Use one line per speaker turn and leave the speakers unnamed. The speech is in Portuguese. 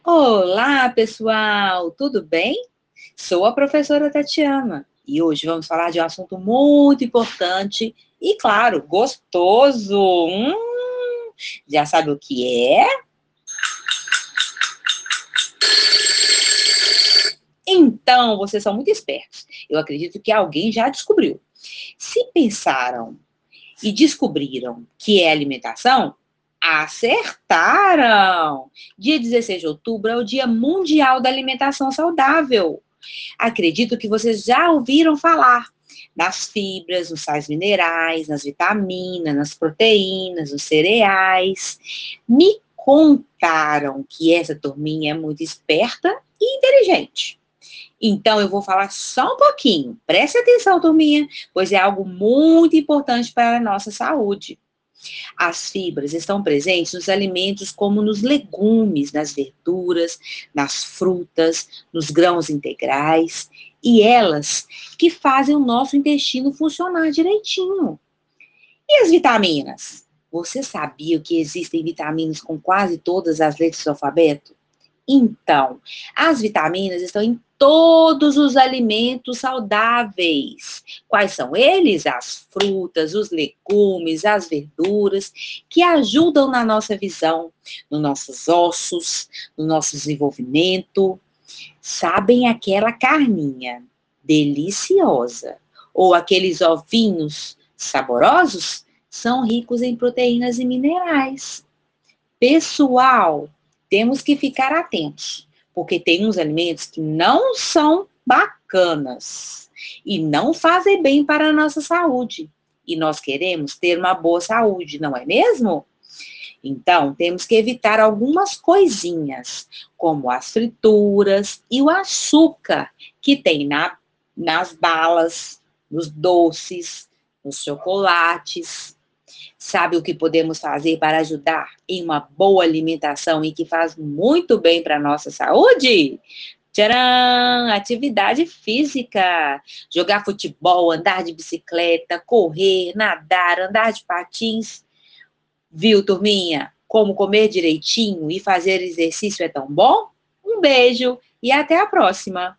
Olá, pessoal, tudo bem? Sou a professora Tatiana e hoje vamos falar de um assunto muito importante e, claro, gostoso. Já sabe o que é? Então, vocês são muito espertos. Eu acredito que alguém já descobriu. Se pensaram e descobriram que é alimentação, acertaram! Dia 16 de outubro é o Dia Mundial da Alimentação Saudável. Acredito que vocês já ouviram falar nas fibras, nos sais minerais, nas vitaminas, nas proteínas, nos cereais. Me contaram que essa turminha é muito esperta e inteligente. Então, eu vou falar só um pouquinho. Preste atenção, turminha, pois é algo muito importante para a nossa saúde. As fibras estão presentes nos alimentos como nos legumes, nas verduras, nas frutas, nos grãos integrais, e elas que fazem o nosso intestino funcionar direitinho. E as vitaminas? Você sabia que existem vitaminas com quase todas as letras do alfabeto? Então, as vitaminas estão em todos os alimentos saudáveis. Quais são eles? As frutas, os legumes, as verduras, que ajudam na nossa visão, nos nossos ossos, no nosso desenvolvimento. Sabem aquela carninha deliciosa ou aqueles ovinhos saborosos? São ricos em proteínas e minerais. Pessoal, temos que ficar atentos, porque tem uns alimentos que não são bacanas e não fazem bem para a nossa saúde. E nós queremos ter uma boa saúde, não é mesmo? Então, temos que evitar algumas coisinhas, como as frituras e o açúcar que tem nas balas, nos doces, nos chocolates. Sabe o que podemos fazer para ajudar em uma boa alimentação e que faz muito bem para a nossa saúde? Tcharam! Atividade física. Jogar futebol, andar de bicicleta, correr, nadar, andar de patins. Viu, turminha? Como comer direitinho e fazer exercício é tão bom? Um beijo e até a próxima!